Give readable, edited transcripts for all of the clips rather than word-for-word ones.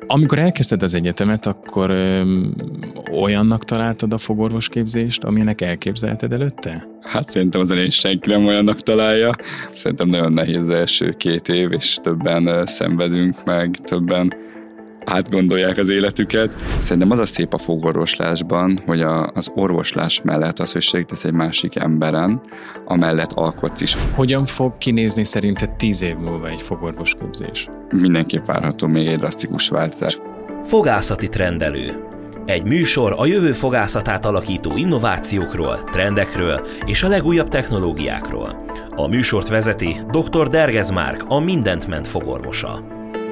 Amikor elkezdted az egyetemet, akkor olyannak találtad a fogorvosképzést, amilyenek elképzelted előtte? Hát szerintem az elején senki nem olyannak találja. Szerintem nagyon nehéz az első 2 év, és többen szenvedünk meg, többen átgondolják az életüket. Szerintem az a szép a fogorvoslásban, hogy az orvoslás mellett az, hogy segítesz egy másik emberen, amellett alkotsz is. Hogyan fog kinézni szerinted 10 év múlva egy fogorvosképzés? Mindenképp várható még egy drasztikus változás. Fogászati trendelő. Egy műsor a jövő fogászatát alakító innovációkról, trendekről és a legújabb technológiákról. A műsort vezeti dr. Dergez Márk, a Mindent Ment fogorvosa.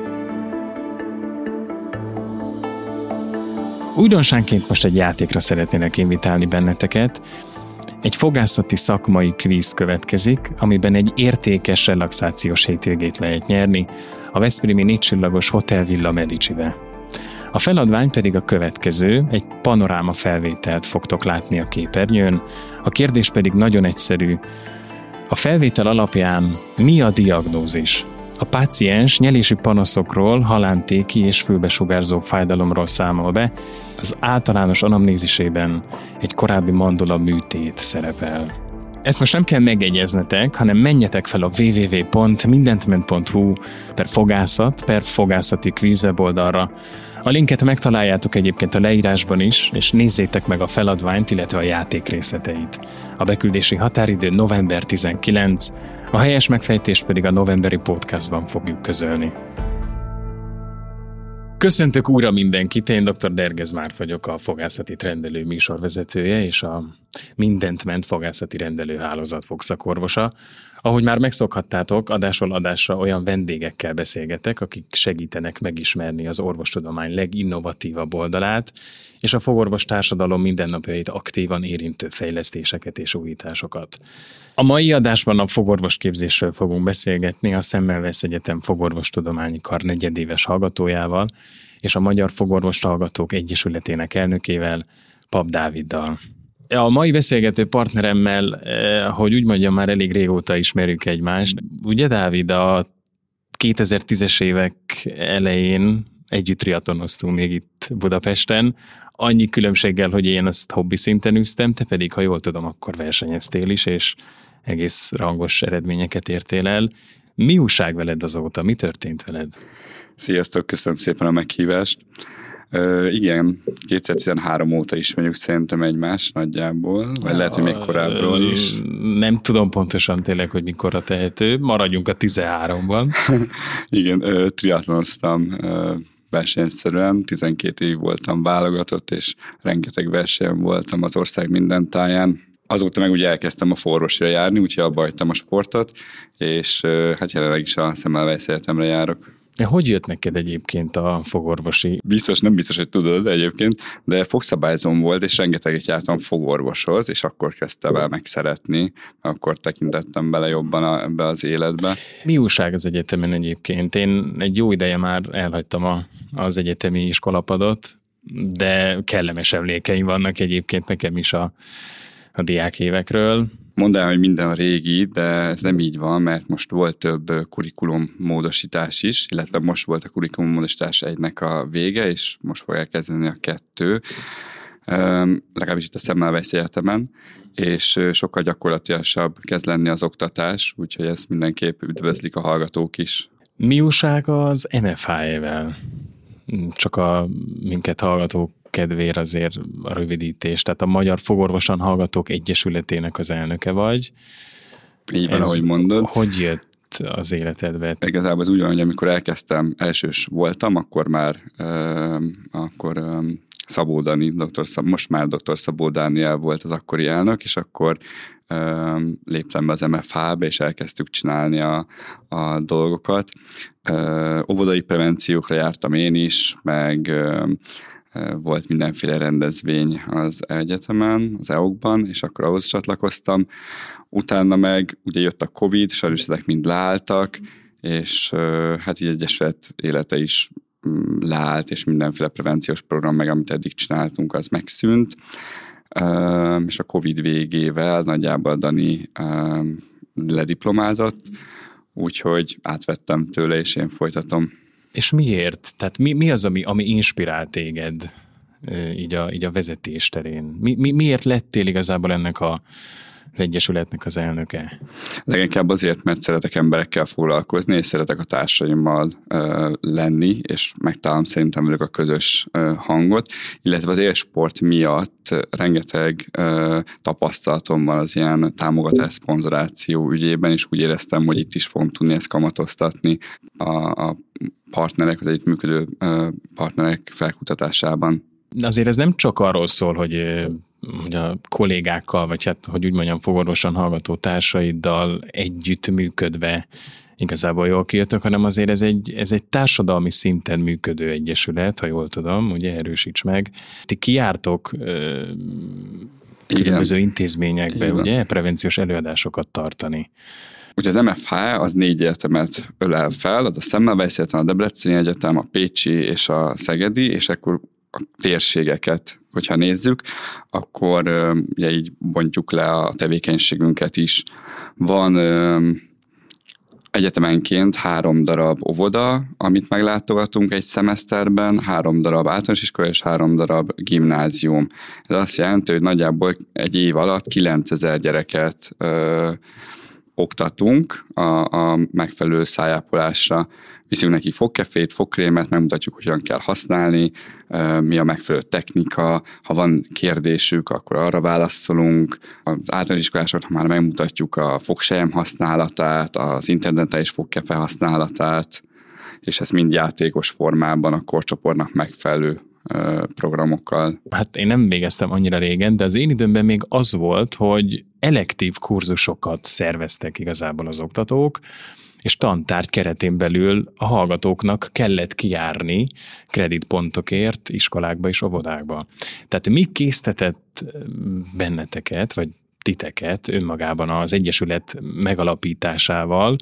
Újdonságként most egy játékra szeretnének invitálni benneteket. Egy fogászati szakmai kvíz következik, amiben egy értékes relaxációs hétvégét lehet nyerni a veszprémi 4 csillagos Hotel Villa Medicibe. A feladvány pedig a következő, egy panoráma felvételt fogtok látni a képernyőn, a kérdés pedig nagyon egyszerű. A felvétel alapján mi a diagnózis? A páciens nyelési panaszokról, halántéki és fülbesugárzó fájdalomról számol be, az általános anamnézisében egy korábbi mandula műtét szerepel. Ezt most nem kell megegyeznetek, hanem menjetek fel a www.mindentment.hu/fogászati kvíz weboldalra. A linket megtaláljátok egyébként a leírásban is, és nézzétek meg a feladványt, illetve a játék részleteit. A beküldési határidő november 19, a helyes megfejtést pedig a novemberi podcastban fogjuk közölni. Köszöntök újra mindenkit, én dr. Dergez Márk vagyok, a Fogászati Rendelő műsorvezetője és a Mindent Ment fogászati rendelőhálózat fogszakorvosa. Ahogy már megszokhattátok, adásról adásra olyan vendégekkel beszélgetek, akik segítenek megismerni az orvostudomány leginnovatívabb oldalát, és a fogorvos társadalom mindennapjait aktívan érintő fejlesztéseket és újításokat. A mai adásban a fogorvosképzésről fogunk beszélgetni a Semmelweis Egyetem Fogorvostudományi Kar negyedéves hallgatójával és a Magyar Fogorvos Hallgatók Egyesületének elnökével, Papp Dáviddal. A mai beszélgető partneremmel, hogy úgy mondjam, már elég régóta ismerjük egymást. Ugye, Dávid, a 2010-es évek elején együtt triatlonoztunk még itt Budapesten, annyi különbséggel, hogy én azt hobbi szinten űztem, te pedig, ha jól tudom, akkor versenyeztél is, és egész rangos eredményeket értél el. Mi újság veled azóta? Mi történt veled? Sziasztok, köszönöm szépen a meghívást. Igen, 2013 óta ismerjük szerintem egymást nagyjából, vagy lehet, hogy még korábbról is. Nem tudom pontosan tényleg, hogy mikorra tehető. Maradjunk a 13-ban. Igen, triatlonoztam versenyszerűen, 12 év voltam válogatott, és rengeteg versenyen voltam az ország minden táján. Azóta meg ugye elkezdtem a fogorvosira járni, úgyhogy abba hagytam a sportot, és hát jelenleg is a Semmelweis Egyetemre járok. Hogy jött neked egyébként a fogorvosi? Nem biztos, hogy tudod egyébként, de fogszabályzóm volt, és rengeteget jártam fogorvoshoz, és akkor kezdtem el megszeretni, akkor tekintettem bele jobban ebbe az életbe. Mi újság az egyetemen egyébként? Én egy jó ideje már elhagytam az egyetemi iskolapadot, de kellemes emlékeim vannak egyébként nekem is a diákévekről. Mondd el, hogy minden a régi, de ez nem így van, mert most volt több kurikulummódosítás is, illetve most volt a kurikulummódosítás 1-nek a vége, és most fog elkezdeni a 2, legalábbis itt a Semmelweis Egyetemen, és sokkal gyakorlatilasabb kezd lenni az oktatás, úgyhogy ezt mindenképp üdvözlik a hallgatók is. Mi újság az MFH-vel? Csak a minket hallgatók kedvér azért a rövidítés, tehát a Magyar Fogorvosan Hallgatók Egyesületének az elnöke vagy. Így van, ahogy mondod. Hogy jött az életedbe? Igazából az úgy van, hogy amikor elkezdtem, elsős voltam, akkor már Szabó Dani, most már dr. Szabó Dániel volt az akkori elnök, és akkor léptem be az MFH-be, és elkezdtük csinálni a dolgokat. Óvodai prevenciókra jártam én is, meg volt mindenféle rendezvény az egyetemen, az EOK-ban, és akkor ahhoz csatlakoztam. Utána meg ugye jött a Covid, sajnos ezek mind leálltak, és hát így egyesület élete is leállt, és mindenféle prevenciós program meg, amit eddig csináltunk, az megszűnt. És a Covid végével nagyjából Dani lediplomázott, úgyhogy átvettem tőle, és én folytatom. És miért? Tehát mi az, ami inspirál téged így a vezetés terén? Miért lettél igazából ennek az egyesületnek az elnöke? Leginkább azért, mert szeretek emberekkel foglalkozni, és szeretek a társaimmal lenni, és megtalálom szerintem velük a közös hangot, illetve az élsport miatt rengeteg tapasztalatom van az ilyen támogatás, szponzoráció ügyében, és úgy éreztem, hogy itt is fogom tudni ezt kamatoztatni a partnerek, az együttműködő partnerek felkutatásában. Azért ez nem csak arról szól, hogy a kollégákkal, vagy hát, hogy úgy mondjam, fogorvosan hallgató társaiddal együttműködve igazából jól kijöttök, hanem azért ez egy társadalmi szinten működő egyesület, ha jól tudom, ugye erősíts meg. Ti kijártok különböző intézményekbe, ugye, prevenciós előadásokat tartani. Ugye az MFH az 4 egyetemet ölel fel, az a Semmelweis Egyetem, a Debreceni Egyetem, a Pécsi és a Szegedi, és akkor a térségeket, hogyha nézzük, akkor ugye így bontjuk le a tevékenységünket is. Van egyetemenként 3 darab óvoda, amit meglátogatunk egy szemeszterben, 3 darab általános iskola és 3 darab gimnázium. Ez azt jelenti, hogy nagyjából egy év alatt 9000 gyereket oktatunk a megfelelő szájápolásra. Viszünk neki fogkefét, fogkrémet, megmutatjuk, hogyan kell használni, mi a megfelelő technika, ha van kérdésük, akkor arra válaszolunk. Az általános iskolásoknak már megmutatjuk a fogsejem használatát, az internetes fogkefe használatát, és ez mind játékos formában a korcsoportnak megfelelő programokkal. Hát én nem végeztem annyira régen, de az én időmben még az volt, hogy elektív kurzusokat szerveztek igazából az oktatók, és tantárgy keretén belül a hallgatóknak kellett kijárni kreditpontokért iskolákba és óvodákba. Tehát mi késztetett benneteket, vagy titeket önmagában az egyesület megalapításával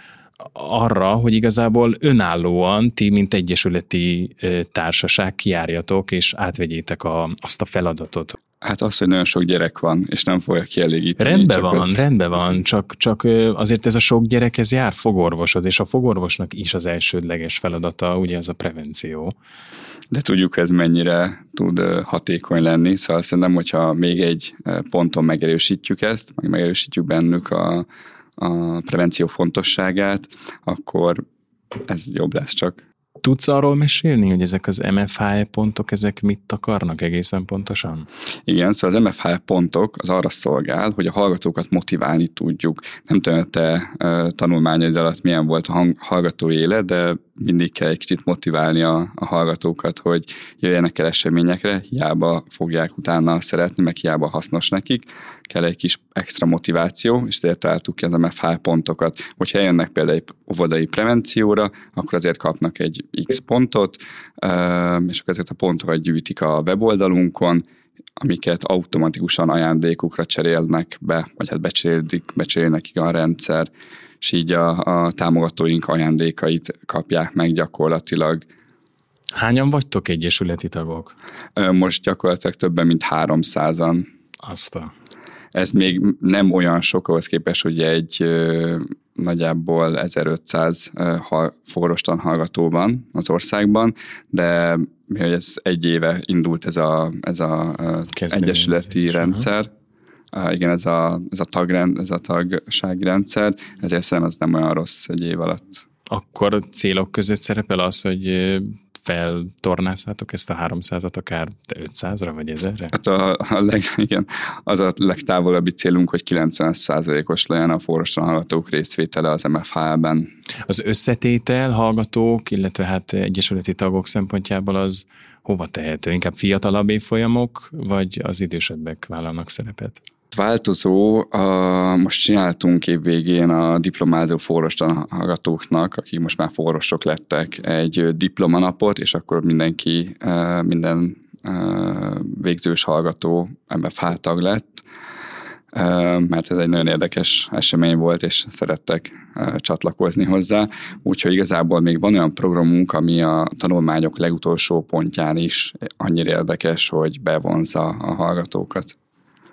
arra, hogy igazából önállóan ti, mint egyesületi társaság kijárjatok, és átvegyétek azt a feladatot? Hát az, hogy nagyon sok gyerek van, és nem fogja kielégíteni. Rendben van, csak azért ez a sok gyerek, ez jár fogorvosod, és a fogorvosnak is az elsődleges feladata, ugye ez a prevenció. De tudjuk, ez mennyire tud hatékony lenni, szóval szerintem, hogyha még egy ponton megerősítjük ezt, meg megerősítjük bennük a prevenció fontosságát, akkor ez jobb lesz csak. Tudsz arról mesélni, hogy ezek az MFH pontok, ezek mit akarnak egészen pontosan? Igen, szóval az MFH pontok az arra szolgál, hogy a hallgatókat motiválni tudjuk. Nem tudom, te tanulmányaid alatt milyen volt a hallgatói élet, de mindig kell egy kicsit motiválni a hallgatókat, hogy jöjjenek el eseményekre, hiába fogják utána szeretni, meg hiába hasznos nekik. Kell egy kis extra motiváció, és ezért találtuk ki az MFH pontokat. Hogyha jönnek például egy óvodai prevencióra, akkor azért kapnak egy X pontot, és akkor ezeket a pontokat gyűjtik a weboldalunkon, amiket automatikusan ajándékukra cserélnek be, vagy hát becserél nekik a rendszer, és így a támogatóink ajándékait kapják meg gyakorlatilag. Hányan vagytok egyesületi tagok? Most gyakorlatilag többen, mint 300-an. Ez még nem olyan sok, ahhoz képest, hogy egy nagyjából 1500 fogorvostan hallgató van az országban, de mivel ez egy éve indult ez a egyesületi rendszer, igen, ez a tagsági rendszer, ezért szerintem ez nem olyan rossz egy év alatt. Akkor célok között szerepel az, hogy feltornázzátok ezt a 300-at akár 500-ra vagy 1000-re? Hát az a legtávolabbi célunk, hogy 90%-os legyen a fogorvosan hallgatók részvétele az MFH-ben. Az összetétel hallgatók, illetve hát egyesületi tagok szempontjából az hova tehető? Inkább fiatalabb évfolyamok, vagy az idősebbek vállalnak szerepet? Változó, most csináltunk évvégén a diplomázó fogorvostan hallgatóknak, akik most már fogorvosok lettek, egy diplomanapot, és akkor minden végzős hallgató MFH tag lett, mert ez egy nagyon érdekes esemény volt, és szerettek csatlakozni hozzá. Úgyhogy igazából még van olyan programunk, ami a tanulmányok legutolsó pontján is annyira érdekes, hogy bevonza a hallgatókat.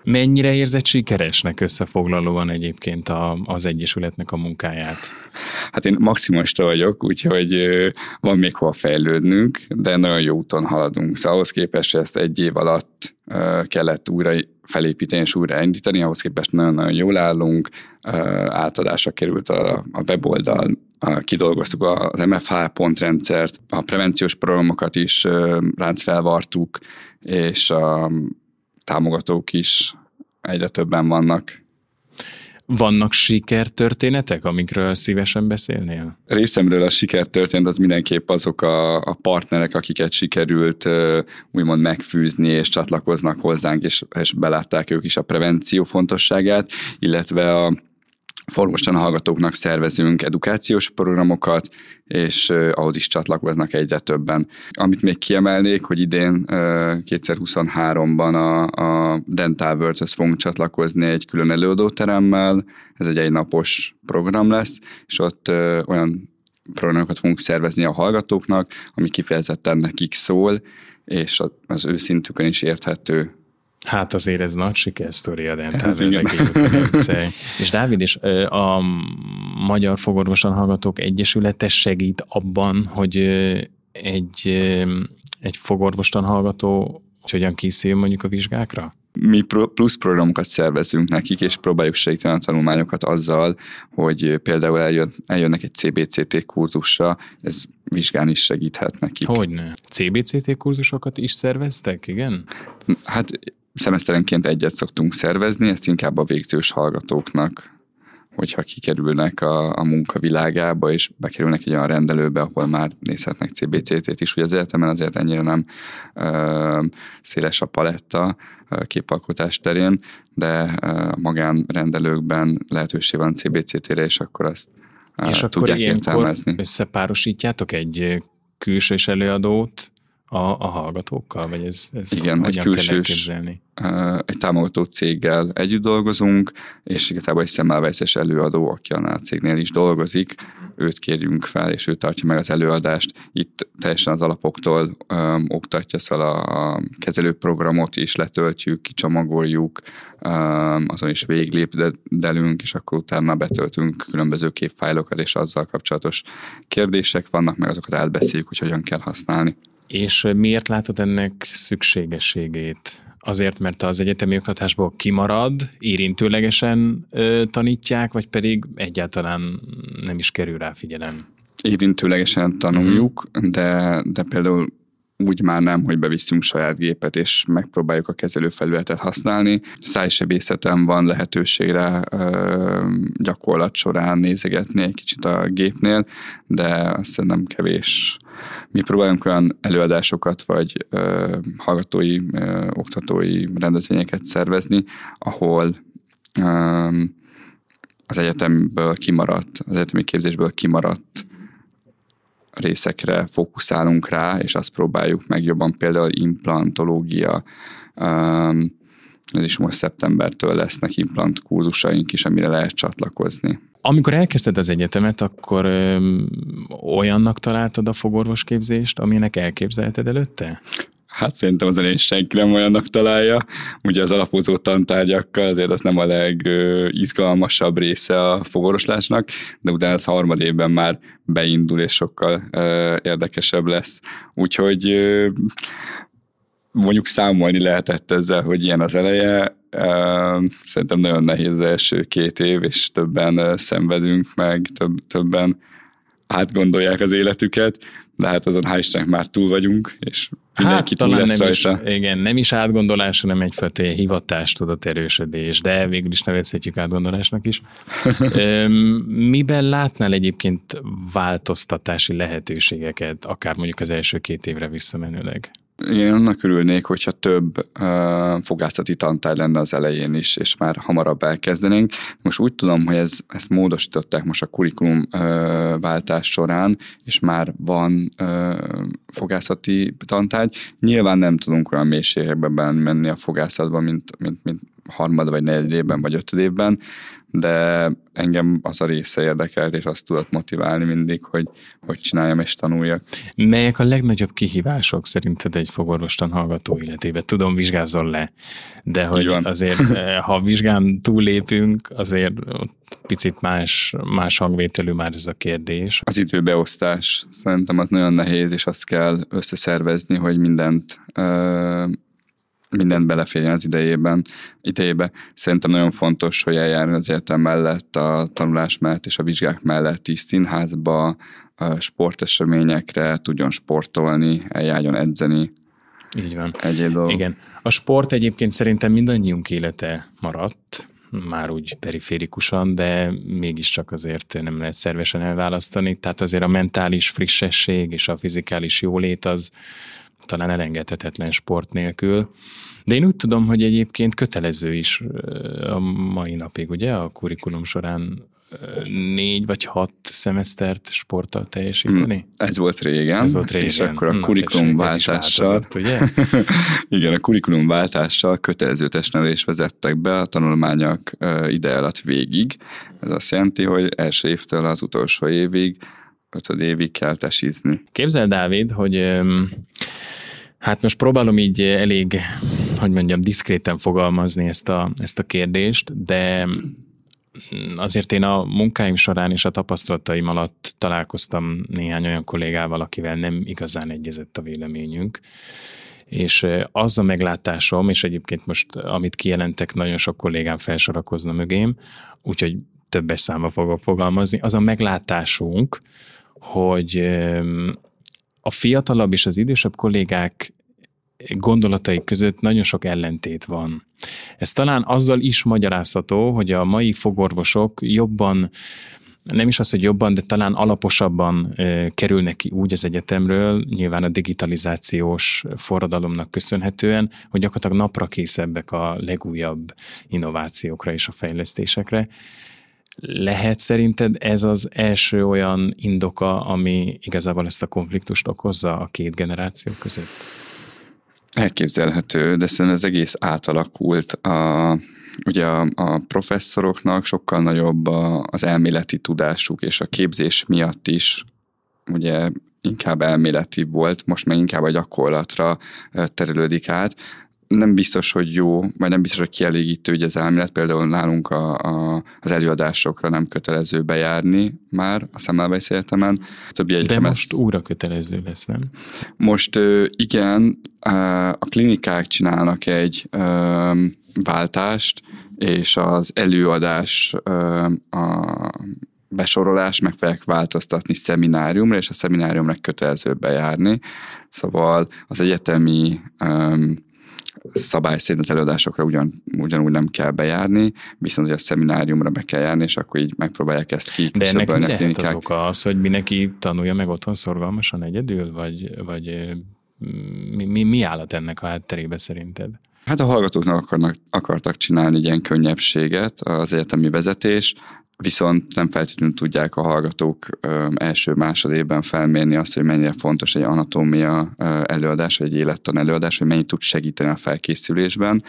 Mennyire érzed sikeresnek összefoglalóan egyébként az Egyesületnek a munkáját? Hát én maximalista vagyok, úgyhogy van még hova fejlődnünk, de nagyon jó úton haladunk. Szóval ahhoz képest, hogy ezt egy év alatt kellett újra felépíteni és újra indítani, ahhoz képest nagyon-nagyon jól állunk, átadásra került a weboldal, kidolgoztuk az MFH pontrendszert, a prevenciós programokat is ráncfelvartuk, és a támogatók is egyre többen vannak. Vannak sikertörténetek, amikről szívesen beszélnél? Részemről a sikertörténet az mindenképp azok a partnerek, akiket sikerült úgymond megfűzni, és csatlakoznak hozzánk, és belátták ők is a prevenció fontosságát, illetve a orvosan hallgatóknak szervezünk edukációs programokat, és ahhoz is csatlakoznak egyre többen. Amit még kiemelnék, hogy idén 2023-ban a Dental World-höz fogunk csatlakozni egy külön előadóteremmel, ez egy egynapos program lesz, és ott olyan programokat fogunk szervezni a hallgatóknak, ami kifejezetten nekik szól, és az ő szintükön is érthető. Hát azért ez nagy sikersztori a Dental World. És Dávid, és a Magyar Fogorvosan Hallgatók Egyesülete segít abban, hogy egy fogorvostan hallgató hogyan készüljön mondjuk a vizsgákra? Mi plusz programokat szervezünk nekik, és próbáljuk segíteni a tanulmányokat azzal, hogy például eljönnek egy CBCT kurzusra, ez vizsgán is segíthet nekik. Hogyne? CBCT kurzusokat is szerveztek, igen? Hát szemeszterenként egyet szoktunk szervezni, ezt inkább a végzős hallgatóknak, hogyha kikerülnek a munkavilágába, és bekerülnek egy olyan rendelőbe, ahol már nézhetnek CBCT-t is. Ugye az egyetemen azért ennyire nem széles a paletta képalkotás terén, de a magánrendelőkben lehetőség van CBCT-re, és akkor azt tudják értelmezni. Akkor összepárosítjátok egy külsős előadót a hallgatókkal, vagy ez igen, egy külsős, egy támogató céggel együtt dolgozunk, és igazából egy Semmelweis-es előadó, aki annál a cégnél is dolgozik, őt kérjünk fel, és ő tartja meg az előadást. Itt teljesen az alapoktól oktatja, szóval a kezelőprogramot is letöltjük, kicsomagoljuk, azon is végiglépdelünk, és akkor utána betöltünk különböző képfájlokat, és azzal kapcsolatos kérdések vannak, meg azokat átbeszéljük, hogy hogyan kell használni. És miért látod ennek szükségességét? Azért, mert az egyetemi oktatásból kimarad, érintőlegesen tanítják, vagy pedig egyáltalán nem is kerül rá figyelem? Érintőlegesen tanuljuk, de például úgy már nem, hogy bevisszünk saját gépet, és megpróbáljuk a kezelőfelületet használni. Szájsebészeten van lehetőségre gyakorlat során nézegetni egy kicsit a gépnél, de azt szerintem kevés. Mi próbálunk olyan előadásokat, vagy hallgatói, oktatói rendezvényeket szervezni, ahol az egyetemből kimaradt, az egyetemi képzésből kimaradt részekre fókuszálunk rá, és azt próbáljuk meg jobban, például implantológia, ez is most szeptembertől lesznek implant kurzusaink is, amire lehet csatlakozni. Amikor elkezdted az egyetemet, akkor olyannak találtad a fogorvosképzést, aminek elképzelted előtte? Hát szerintem az elején senki nem olyannak találja. Ugye az alapozó tantárgyakkal azért az nem a legizgalmasabb része a fogorvoslásnak, de utána az harmadévben már beindul, és sokkal érdekesebb lesz. Úgyhogy mondjuk számolni lehetett ezzel, hogy ilyen az eleje. Szerintem nagyon nehéz az első 2 év, és többen szenvedünk meg, többen átgondolják az életüket, de hát azon hál' Istennek már túl vagyunk, és mindenki túl lesz rajta. Igen, nem is átgondolás, hanem egyfajta hivatás, tudaterősödés, de végül is nevezhetjük átgondolásnak is. Miben látnál egyébként változtatási lehetőségeket, akár mondjuk az első 2 évre visszamenőleg? Én annak örülnék, hogyha több fogászati tantárgy lenne az elején is, és már hamarabb elkezdenénk. Most úgy tudom, hogy ezt módosították most a kurikulum váltás során, és már van fogászati tantárgy. Nyilván nem tudunk olyan mélységekben menni a fogászatban, mint harmad vagy negyed évben, vagy 5. évben, de engem az a része érdekelt, és azt tudott motiválni mindig, hogy csináljam és tanuljak. Melyek a legnagyobb kihívások szerinted egy fogorvostan hallgató életében? Tudom, vizsgázzon le, de hogy azért, ha a vizsgán túllépünk, azért ott picit más hangvételű már ez a kérdés. Az időbeosztás szerintem az nagyon nehéz, és azt kell összeszervezni, hogy mindent beleférjen az idejébe. Szerintem nagyon fontos, hogy eljárni az egyetem mellett, a tanulás mellett és a vizsgák mellett is színházba, sporteseményekre, tudjon sportolni, eljárjon edzeni. Így van. Egyéb dolog. Igen. A sport egyébként szerintem mindannyiunk élete maradt, már úgy periférikusan, de mégiscsak azért nem lehet szervesen elválasztani. Tehát azért a mentális frissesség és a fizikális jólét az talán elengedhetetlen sport nélkül. De én úgy tudom, hogy egyébként kötelező is a mai napig, ugye? A kurikulum során 4 vagy 6 szemesztert sporttal teljesíteni? Ez volt régen. És akkor a kurikulumváltással, ugye? Igen, a kurikulumváltással kötelező testnevelést vezettek be a tanulmányok ide alatt végig. Ez azt jelenti, hogy első évtől az utolsó évig, 5. évig kell tesizni. Képzeld, Dávid, hogy hát most próbálom így elég, hogy mondjam, diszkréten fogalmazni ezt a kérdést, de azért én a munkáim során és a tapasztalataim alatt találkoztam néhány olyan kollégával, akivel nem igazán egyezett a véleményünk, és az a meglátásom, és egyébként most, amit kijelentek, nagyon sok kollégám felsorakozna mögém, úgyhogy többes számba fogok fogalmazni, az a meglátásunk, hogy a fiatalabb és az idősebb kollégák gondolatai között nagyon sok ellentét van. Ez talán azzal is magyarázható, hogy a mai fogorvosok jobban, nem is az, hogy jobban, de talán alaposabban kerülnek ki úgy az egyetemről, nyilván a digitalizációs forradalomnak köszönhetően, hogy gyakorlatilag napra készebbek a legújabb innovációkra és a fejlesztésekre. Lehet szerinted ez az első olyan indoka, ami igazából ezt a konfliktust okozza a két generáció között? Elképzelhető, de szerintem ez egész átalakult. Ugye a professzoroknak sokkal nagyobb az elméleti tudásuk, és a képzés miatt is ugye inkább elméleti volt, most meg inkább a gyakorlatra terülődik át. Nem biztos, hogy jó, vagy nem biztos, hogy kielégítő ugye az elmélet. Például nálunk az előadásokra nem kötelező bejárni már a Semmelweis Egyetemen. De most újra kötelező lesz, nem? Most igen, a klinikák csinálnak egy váltást, és az előadás, a besorolás meg fogják változtatni szemináriumra, és a szemináriumra kötelező bejárni. Szóval az egyetemi szabály szerint az előadásokra ugyanúgy nem kell bejárni, viszont hogy a szemináriumra be kell járni, és akkor így megpróbálják ezt kiküszöbölni. De ennek mi lehet az oka? Az, hogy mindenki tanulja meg otthon szorgalmasan egyedül, vagy mi állat ennek a hátterébe szerinted? Hát a hallgatóknak akartak csinálni egy ilyen könnyebbséget az egyetemi vezetés, viszont nem feltétlenül tudják a hallgatók első-másodévben felmérni azt, hogy mennyire fontos egy anatómia előadás, vagy egy élettan előadás, hogy mennyit tud segíteni a felkészülésben.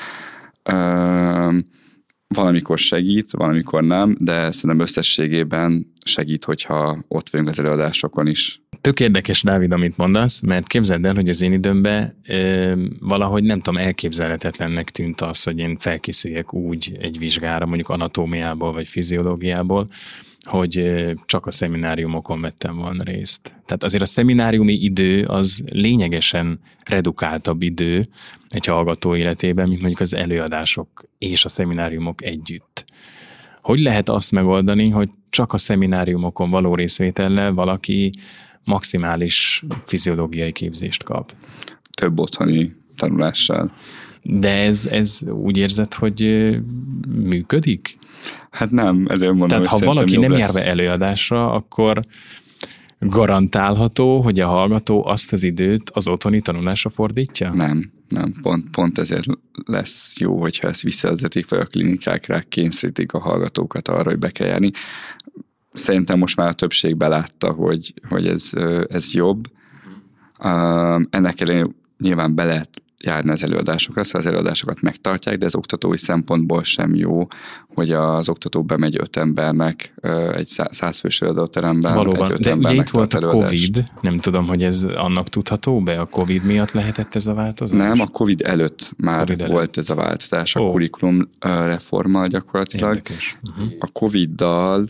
Valamikor segít, valamikor nem, de szerintem összességében segít, hogyha ott vagyunk az előadásokon is. Tök érdekes, Dávid, amit mondasz, mert képzeld el, hogy az én időmben valahogy nem tudom, elképzelhetetlennek tűnt az, hogy én felkészüljek úgy egy vizsgára, mondjuk anatómiából vagy fiziológiából, hogy csak a szemináriumokon vettem volna részt. Tehát azért a szemináriumi idő az lényegesen redukáltabb idő egy hallgató életében, mint mondjuk az előadások és a szemináriumok együtt. Hogy lehet azt megoldani, hogy csak a szemináriumokon való részvétellel valaki maximális fiziológiai képzést kap? Több otthoni tanulással. De ez úgy érzed, hogy működik? Hát nem, ezért mondom, tehát hogy ha valaki nem lesz. jár be előadásra, akkor garantálható, hogy a hallgató azt az időt az otthoni tanulásra fordítja? Nem, pont ezért lesz jó, hogyha ezt visszavezetik, vagy a klinikák rá kényszerítik a hallgatókat arra, hogy be kell járni. Szerintem most már a többség belátta, hogy ez jobb. Ennek ellenére nyilván be lehet járni az előadásokra, szóval az előadásokat megtartják, de az oktatói szempontból sem jó, hogy az oktató bemegy 5 embernek egy 100 fős előadóteremben. Valóban, de ugye itt volt a Covid, nem tudom, hogy ez annak tudható be, a Covid miatt lehetett ez a változás? Nem, a Covid előtt már volt ez a változás, a kurikulum reforma gyakorlatilag. Érdekes. A Covid-dal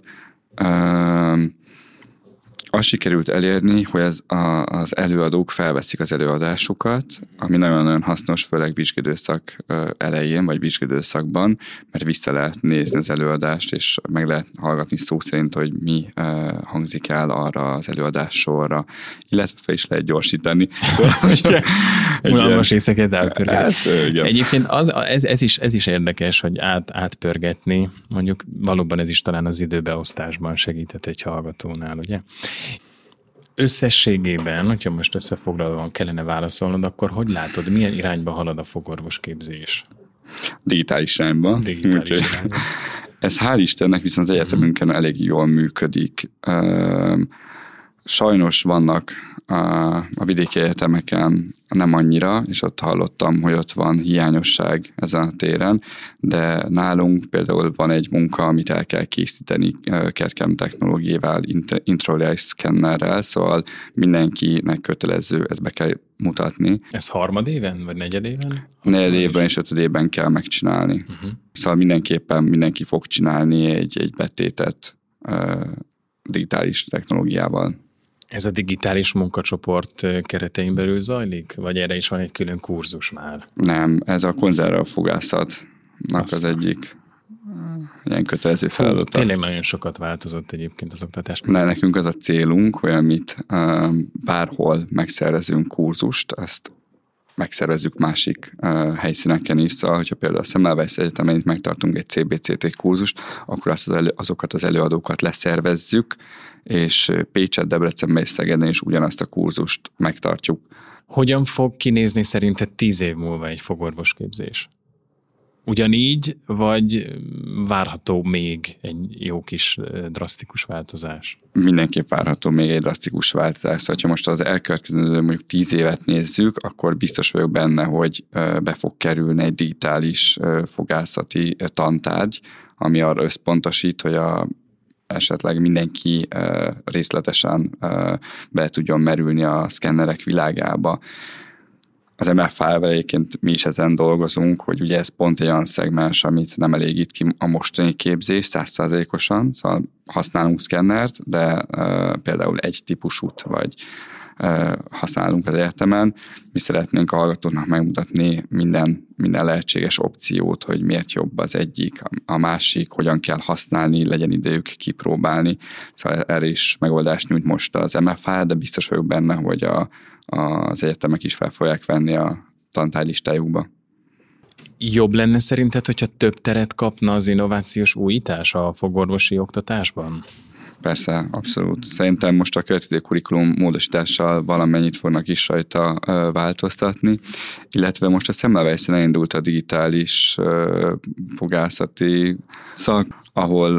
azt sikerült elérni, hogy az előadók felveszik az előadásukat, ami nagyon-nagyon hasznos, főleg vizsgidőszak elején, vagy vizsgidőszakban, mert vissza lehet nézni az előadást, és meg lehet hallgatni szó szerint, hogy mi hangzik el arra az előadás sorra, illetve fel is lehet gyorsítani. Unalmas részeket elpörgetni. Egyébként ez is érdekes, hogy átpörgetni, mondjuk valóban ez is talán az időbeosztásban segített egy hallgatónál, ugye? Összességében, hogyha most összefoglalóan kellene válaszolnod, akkor hogy látod, milyen irányba halad a fogorvosképzés? Digitális irányba. Ez hál' Istennek viszont az egyetemünkön elég jól működik. Sajnos vannak a vidéki egyetemeken nem annyira, és ott hallottam, hogy ott van hiányosság ezen a téren, de nálunk például van egy munka, amit el kell készíteni CAD/CAM technológiával, intraorális szkennerrel, szóval mindenkinek kötelező, ezt be kell mutatni. Ez 3. éven, vagy 4. éven? 4. évben és 5. évben kell megcsinálni. Szóval mindenképpen mindenki fog csinálni egy betétet digitális technológiával. Ez a digitális munkacsoport keretein belül zajlik? Vagy erre is van egy külön kurzus már? Nem, ez a konzervfogászatnak az egyik ilyen kötelező feladata. Tényleg nagyon sokat változott egyébként az oktatás. De nekünk az a célunk, hogy amit bárhol megszervezünk kurzust, azt megszervezzük másik helyszíneken is, szóval, hogyha például a Semmelweis Egyetemen megtartunk egy CBCT kurzust, akkor azokat az előadókat leszervezzük, és Pécset, Debrecenben és Szegeden is ugyanazt a kurzust megtartjuk. Hogyan fog kinézni szerinted 10 év múlva egy fogorvosképzés? Ugyanígy, vagy várható még egy jó kis drasztikus változás? Mindenképp várható még egy drasztikus változás. Szóval, ha most az elkövetkező mondjuk 10 évet nézzük, akkor biztos vagyok benne, hogy be fog kerülni egy digitális fogászati tantárgy, ami arra összpontosít, hogy esetleg mindenki részletesen be tudjon merülni a szkennerek világába. Az MF5-vel egyébként mi is ezen dolgozunk, hogy ugye ez pont egy olyan szegmens, amit nem elégít ki a mostani képzés 100%-osan, szóval használunk szkennert, de például egy típusút vagy használunk az egyetemen. Mi szeretnénk a hallgatóknak megmutatni minden lehetséges opciót, hogy miért jobb az egyik, a másik, hogyan kell használni, legyen idejük kipróbálni. Szóval erre is megoldást nyújt most az MFH, de biztos vagyok benne, hogy az egyetemek is fel fogják venni a tantárgylistájukba. Jobb lenne szerinted, hogyha több teret kapna az innovációs újítás a fogorvosi oktatásban? Persze, abszolút. Szerintem most a következő kurikulum módosítással valamennyit fognak is rajta változtatni, illetve most a Semmelweisen elindult a digitális fogászati szak, ahol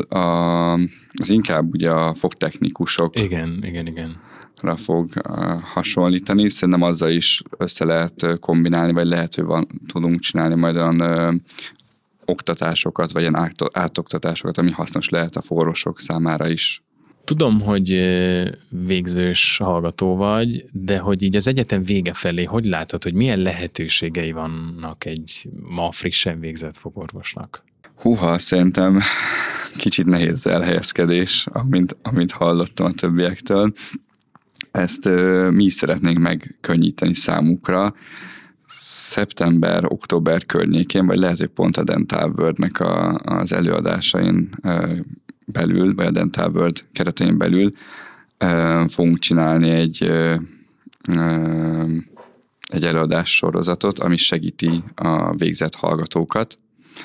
az inkább ugye a fogtechnikusok igen. fog hasonlítani. Szerintem azzal is össze lehet kombinálni, vagy lehet, hogy tudunk csinálni majd olyan oktatásokat, vagy ilyen átoktatásokat, ami hasznos lehet a fogorvosok számára is. Tudom, hogy végzős hallgató vagy, de hogy így az egyetem vége felé, hogy látod, hogy milyen lehetőségei vannak egy ma frissen végzett fogorvosnak? Szerintem kicsit nehéz elhelyezkedés, amint hallottam a többiektől. Ezt mi is szeretnénk megkönnyíteni számukra. Szeptember-október környékén, vagy lehet, hogy pont a Dental World-nek az előadásain belül, vagy a Dental World keretein belül fogunk csinálni egy előadás sorozatot, ami segíti a végzett hallgatókat.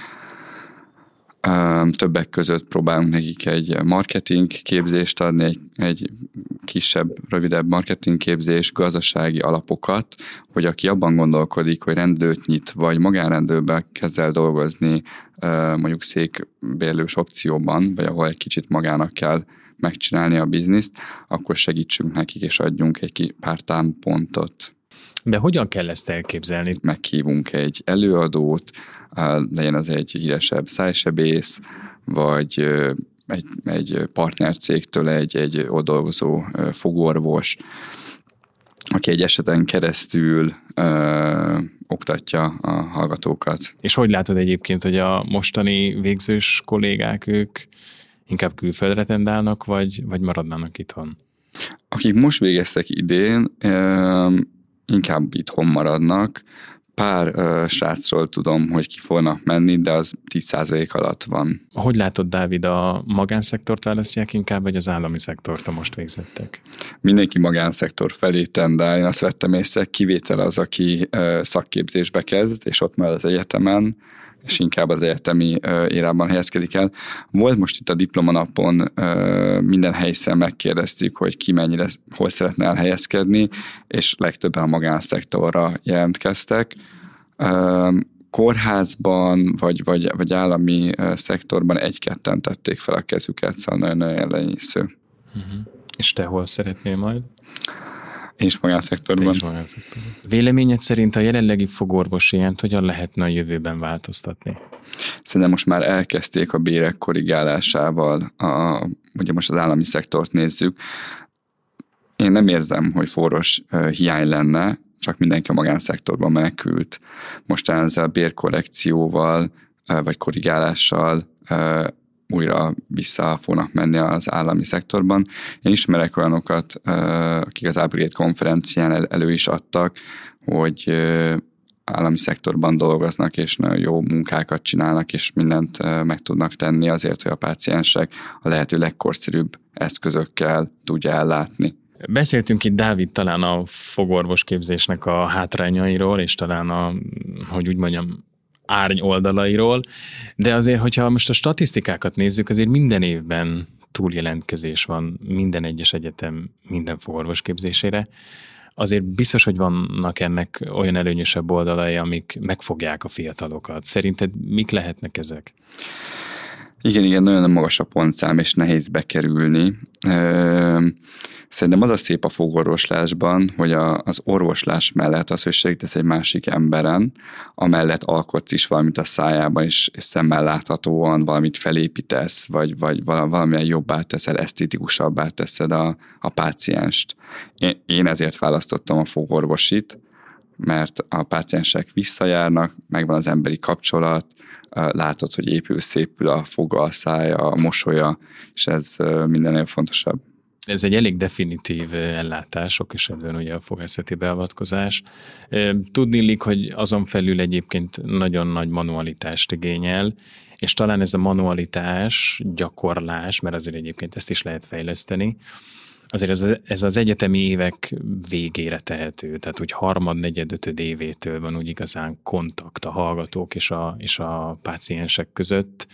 Többek között próbálunk nekik egy marketing képzést adni, egy kisebb, rövidebb marketing képzés, gazdasági alapokat, hogy aki abban gondolkodik, hogy rendelőt nyit, vagy magánrendelőben kezd el dolgozni, mondjuk székbérlős opcióban, vagy ahol egy kicsit magának kell megcsinálni a bizniszt, akkor segítsünk nekik, és adjunk egy pár támpontot. De hogyan kell ezt elképzelni? Meghívunk egy előadót, legyen az egy híresebb szájsebész, vagy egy partnercégtől egy ott dolgozó fogorvos, aki egy eseten keresztül oktatja a hallgatókat. És hogy látod egyébként, hogy a mostani végzős kollégák, ők inkább külföldre tendálnak, vagy maradnának itthon? Akik most végeztek idén, inkább itthon maradnak. Pár srácról tudom, hogy ki fognak menni, de az 10% alatt van. Hogy látod, Dávid, a magánszektort választják inkább, vagy az állami szektort, a most végzettek? Mindenki magánszektor felé tendál. Én azt vettem észre, kivétel az, aki szakképzésbe kezd, és ott marad az egyetemen, és inkább az egyetemi érában helyezkedik el. Volt most itt a diplomanapon, minden helyszer megkérdeztük, hogy ki mennyire, hol szeretne elhelyezkedni, és legtöbben a magánszektorra jelentkeztek. Kórházban, vagy állami szektorban egy-ketten tették fel a kezüket, szóval nagyon-nagyon ellenyésző. Uh-huh. És te hol szeretnél majd? Én is magánszektorban. Véleményed szerint a jelenlegi fogorvosient hogyan lehetne a jövőben változtatni? Szerintem most már elkezdték a bérek korrigálásával, ugye most az állami szektort nézzük. Én nem érzem, hogy forrós hiány lenne, csak mindenki a magánszektorban menekült. Mostán ezzel a bérkorrekcióval, vagy korrigálással újra vissza fognak menni az állami szektorban. Én ismerek olyanokat, akik az Upgrade konferencián elő is adtak, hogy állami szektorban dolgoznak, és nagyon jó munkákat csinálnak, és mindent meg tudnak tenni azért, hogy a páciensek a lehető legkorszerűbb eszközökkel tudja ellátni. Beszéltünk itt, Dávid, talán a fogorvosképzésnek a hátrányairól, és talán hogy úgy mondjam, árny oldalairól, de azért, hogyha most a statisztikákat nézzük, azért minden évben túljelentkezés van minden egyes egyetem minden fogorvosképzésére. Azért biztos, hogy vannak ennek olyan előnyösebb oldalai, amik megfogják a fiatalokat. Szerinted mik lehetnek ezek? Igen, nagyon magas a pontszám, és nehéz bekerülni. Szerintem az a szép a fogorvoslásban, hogy az orvoslás mellett az, hogy segítesz egy másik emberen, amellett alkotsz is valamit a szájában, és szemmel láthatóan valamit felépítesz, vagy valamilyen jobbá teszed, esztétikusabbá teszed a pácienst. Én ezért választottam a fogorvosit, mert a páciensek visszajárnak, megvan az emberi kapcsolat, látod, hogy szépül a foga, a szája, a mosolya, és ez mindennél fontosabb. Ez egy elég definitív ellátás, sok esetben ugye a fogászati beavatkozás. Tudniillik, hogy azon felül egyébként nagyon nagy manualitást igényel, és talán ez a manualitás, gyakorlás, mert azért egyébként ezt is lehet fejleszteni, azért ez az egyetemi évek végére tehető, tehát úgy harmad, negyed, ötöd évétől van úgy igazán kontakt a hallgatók és a páciensek között.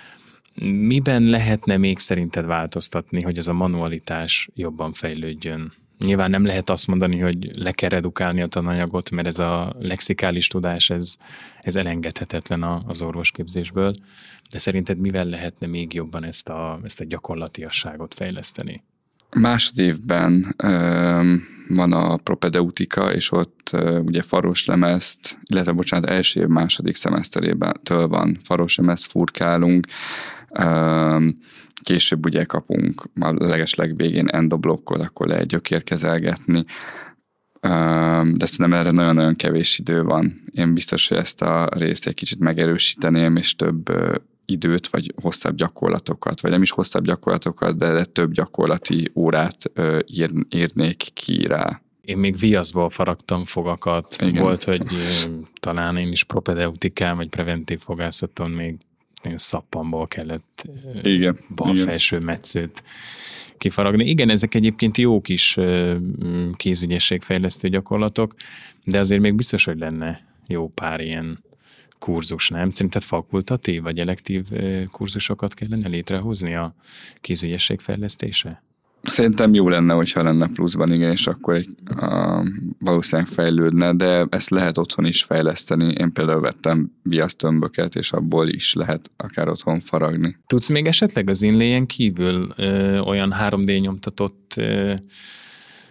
Miben lehetne még szerinted változtatni, hogy ez a manualitás jobban fejlődjön? Nyilván nem lehet azt mondani, hogy le kell redukálni a tananyagot, mert ez a lexikális tudás, ez elengedhetetlen az orvosképzésből, de szerinted mivel lehetne még jobban ezt a gyakorlatiasságot fejleszteni? Másodévben van a propedeutika, és ott ugye faroslemezt, illetve első év második szemeszterétől van faroslemezt, furkálunk, később ugye kapunk a legesleg végén endoblokkot, akkor lehet gyökérkezelgetni, de szerintem erre nagyon-nagyon kevés idő van. Én biztos, hogy ezt a részt egy kicsit megerősíteném, és több időt, vagy hosszabb gyakorlatokat, vagy nem is hosszabb gyakorlatokat, de több gyakorlati órát írnék ki rá. Én még viaszból faragtam fogakat. Igen. Volt, hogy talán én is propedeutikán, vagy preventív fogászaton még szappanból kellett bal felső metszőt kifaragni. Igen, ezek egyébként jó kis kézügyességfejlesztő gyakorlatok, de azért még biztos, hogy lenne jó pár ilyen kurzus, nem? Szerinted fakultatív vagy elektív kurzusokat kellene létrehozni a kézügyesség fejlesztése? Szerintem jó lenne, hogyha lenne pluszban, igen, és akkor valószínűleg fejlődne, de ezt lehet otthon is fejleszteni. Én például vettem viasztömböket, és abból is lehet akár otthon faragni. Tudsz még esetleg az Inlayen kívül olyan 3D nyomtatott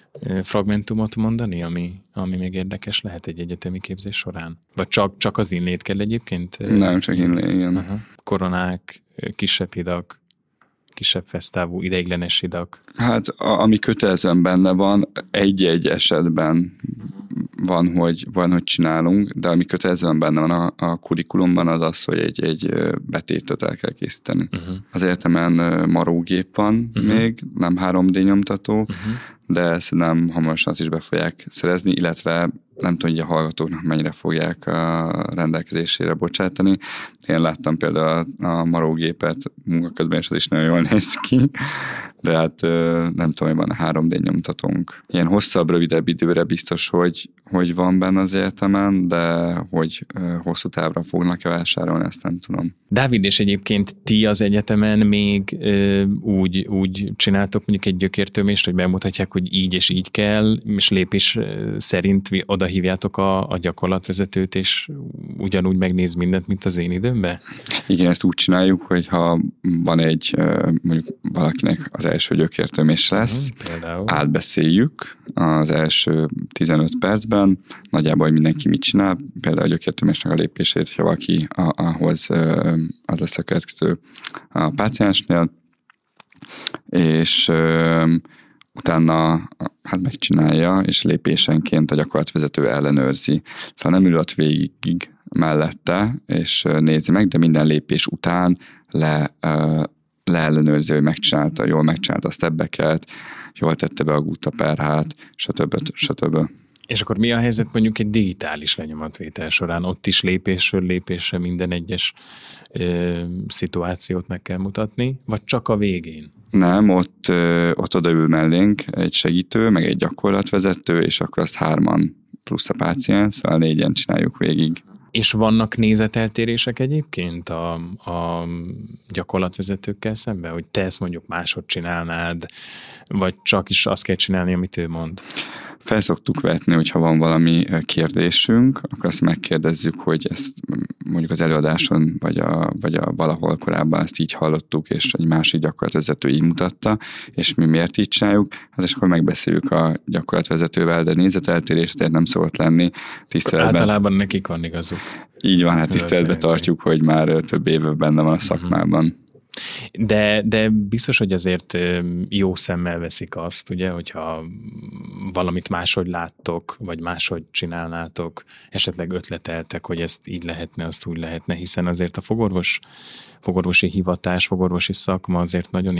fragmentumot mondani, ami még érdekes lehet egy egyetemi képzés során? Vagy csak az inlét kell egyébként? Nem, csak inlét, igen. Aha. Koronák, kisebb hidak, kisebb fesztávú ideiglenes hidak. Hát ami kötelezően benne van, egy-egy esetben van, hogy csinálunk, de ami kötelezően benne van a kurikulumban, az, hogy egy betétet el kell készíteni. Az egyetemen marógép van még, nem 3D nyomtató, de szerintem hamarosan azt is be fogják szerezni, illetve nem tudom, hogy a hallgatóknak mennyire fogják a rendelkezésére bocsátani. Én láttam például a marógépet munkaközben, és az is nagyon jól néz ki, de hát nem tudom, hogy van a 3D nyomtatónk. Ilyen hosszabb, rövidebb időre biztos, hogy van benne az egyetemen, de hogy hosszú távra fognak-e vásárolni, ezt nem tudom. Dávid, és egyébként ti az egyetemen még úgy csináltok mondjuk egy gyökértömést, hogy bemutatják, hogy így és így kell, és lépés szerint oda hívjátok a gyakorlatvezetőt, és ugyanúgy megnéz mindent, mint az én időmben? Igen, ezt úgy csináljuk, hogy ha van mondjuk valakinek az első gyökértömés lesz, átbeszéljük az első 15 percben, nagyjából, hogy mindenki mit csinál, például a gyökértömésnek a lépését, hogyha valaki ahhoz az lesz a következő a páciensnél, és utána hát megcsinálja, és lépésenként a gyakorlatvezető ellenőrzi. Szóval nem ül ott végig mellette, és nézi meg, de minden lépés után leellenőrzi, hogy jól megcsinálta a steppeket, jól tette be a gútaperhát, stb. És akkor mi a helyzet mondjuk egy digitális lenyomatvétel során? Ott is lépésről lépésre minden egyes szituációt meg kell mutatni, vagy csak a végén? Nem, ott odaül mellénk egy segítő, meg egy gyakorlatvezető, és akkor azt 3 plusz a páciens, szóval 4 csináljuk végig. És vannak nézeteltérések egyébként a gyakorlatvezetőkkel szemben, hogy te ezt mondjuk máshogy csinálnád, vagy csak is azt kell csinálni, amit ő mond? Felszoktuk vetni, hogyha van valami kérdésünk, akkor azt megkérdezzük, hogy ezt mondjuk az előadáson, vagy valahol korábban ezt így hallottuk, és egy másik gyakorlatvezető így mutatta, és mi miért így csináljuk, hát és akkor megbeszéljük a gyakorlatvezetővel, de nézeteltérés tehát nem szokott lenni. Általában nekik van igazuk. Így van, hát tiszteletbe tartjuk, hogy már több éve benne van a szakmában. De biztos, hogy azért jó szemmel veszik azt, ugye, hogyha valamit máshogy láttok, vagy máshogy csinálnátok, esetleg ötleteltek, hogy ezt így lehetne, azt úgy lehetne, hiszen azért a fogorvosi hivatás, fogorvosi szakma azért nagyon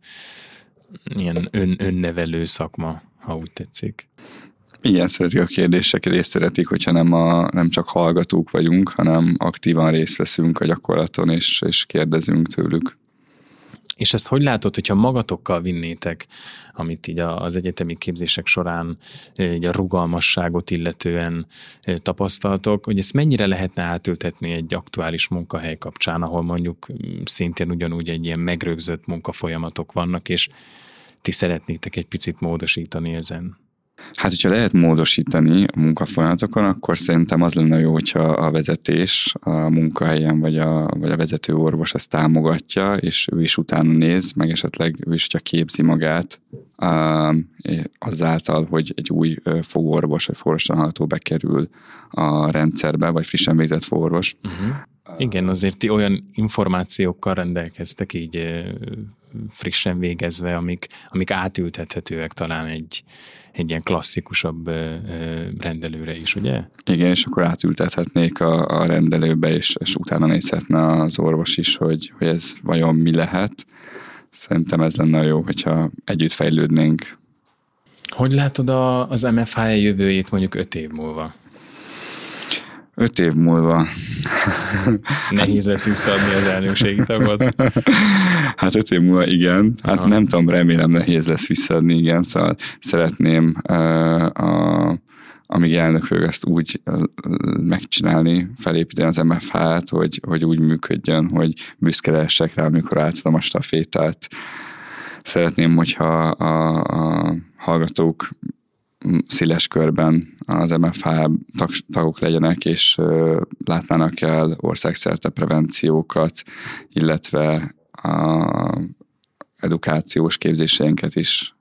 ilyen önnevelő szakma, ha úgy tetszik. Igen, szeretik a kérdéseket, és szeretik, hogyha nem csak hallgatók vagyunk, hanem aktívan részt veszünk a gyakorlaton, és kérdezünk tőlük. És ezt hogy látod, hogyha magatokkal vinnétek, amit így az egyetemi képzések során így a rugalmasságot illetően tapasztaltok, hogy ezt mennyire lehetne átültetni egy aktuális munkahely kapcsán, ahol mondjuk szintén ugyanúgy egy ilyen megrögzött munkafolyamatok vannak, és ti szeretnétek egy picit módosítani ezen? Hát, hogyha lehet módosítani a munkafolyamatokon, akkor szerintem az lenne jó, hogyha a vezetés a munkahelyen, vagy a vezető orvos ezt támogatja, és ő is utána néz, meg esetleg ő is, hogyha képzi magát azáltal, hogy egy új fogorvos, vagy fogorvosan hallgató bekerül a rendszerbe, vagy frissen végzett fogorvos. Igen, azért ti olyan információkkal rendelkeztek így frissen végezve, amik átültethetőek talán egy ilyen klasszikusabb rendelőre is, ugye? Igen, és akkor átültethetnék a rendelőbe, és utána nézhetne az orvos is, hogy ez vajon mi lehet. Szerintem ez lenne jó, hogyha együtt fejlődnénk. Hogy látod az MFH jövőjét mondjuk 5 év múlva? 5 év múlva. Nehéz lesz visszaadni az elnökségi tagot. Hát 5 év múlva igen. Hát aha. Nem tudom, remélem nehéz lesz visszaadni, igen. Szóval szeretném amíg elnök vagyok, ezt úgy megcsinálni, felépíteni az MFH-t, hogy úgy működjön, hogy büszke lehessek rá, amikor átadom a stafétát. Szeretném, hogyha a hallgatók széles körben az MFH tagok legyenek, és látnának el országszerte prevenciókat, illetve a edukációs képzéseinket is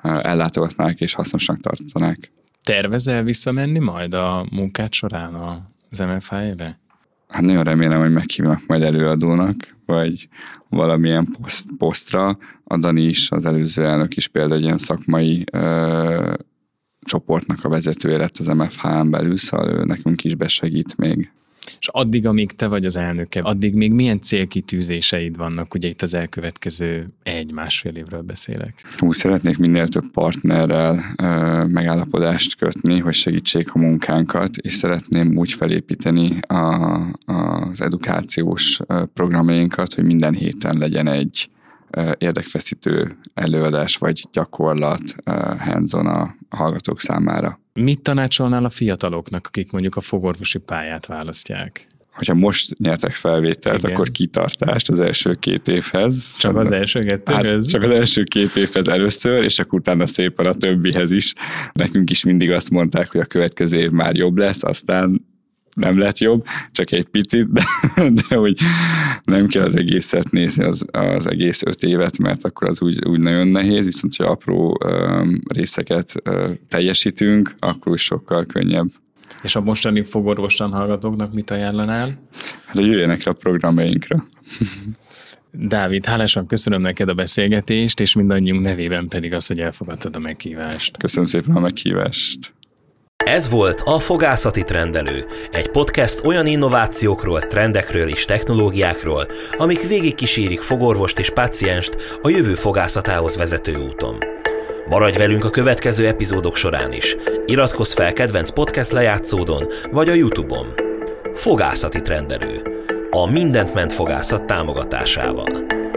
ellátogatnák és hasznosnak tartanák. Tervezel visszamenni majd a munkád során az MFA-re? Hát nagyon remélem, hogy meghívnak majd előadónak, vagy valamilyen posztra. A Dani is, az előző elnök is például egy ilyen szakmai csoportnak a vezetője lett az MFH-n belül, szóval ő nekünk is besegít még. És addig, amíg te vagy az elnöke, addig még milyen célkitűzéseid vannak? Ugye itt az elkövetkező 1-1,5 évről beszélek. Szeretnék minél több partnerrel megállapodást kötni, hogy segítsék a munkánkat, és szeretném úgy felépíteni az edukációs programjainkat, hogy minden héten legyen egy érdekfeszítő előadás vagy gyakorlat hands-on a hallgatók számára. Mit tanácsolnál a fiataloknak, akik mondjuk a fogorvosi pályát választják? Hogyha most nyertek felvételt, igen, akkor kitartást az első 2 évhez. Csak az első 2 évhez? Csak az első 2 évhez először, és akkor utána szépen a többihez is. Nekünk is mindig azt mondták, hogy a következő év már jobb lesz, aztán nem lett jobb, csak egy picit, de hogy nem kell az egészet nézni, az egész 5 évet, mert akkor az úgy nagyon nehéz, viszont ha apró részeket teljesítünk, akkor is sokkal könnyebb. És a mostani fogorvosan hallgatóknak mit ajánlanál? Hát, hogy jöjjenek a programjainkra. Dávid, hálásan köszönöm neked a beszélgetést, és mindannyiunk nevében pedig az, hogy elfogadtad a meghívást. Köszönöm szépen a meghívást. Ez volt a Fogászati Trendelő, egy podcast olyan innovációkról, trendekről és technológiákról, amik végigkísérik fogorvost és pácienst a jövő fogászatához vezető úton. Maradj velünk a következő epizódok során is. Iratkozz fel kedvenc podcast lejátszódon vagy a YouTube-on. Fogászati Trendelő. A Mindent ment fogászat támogatásával.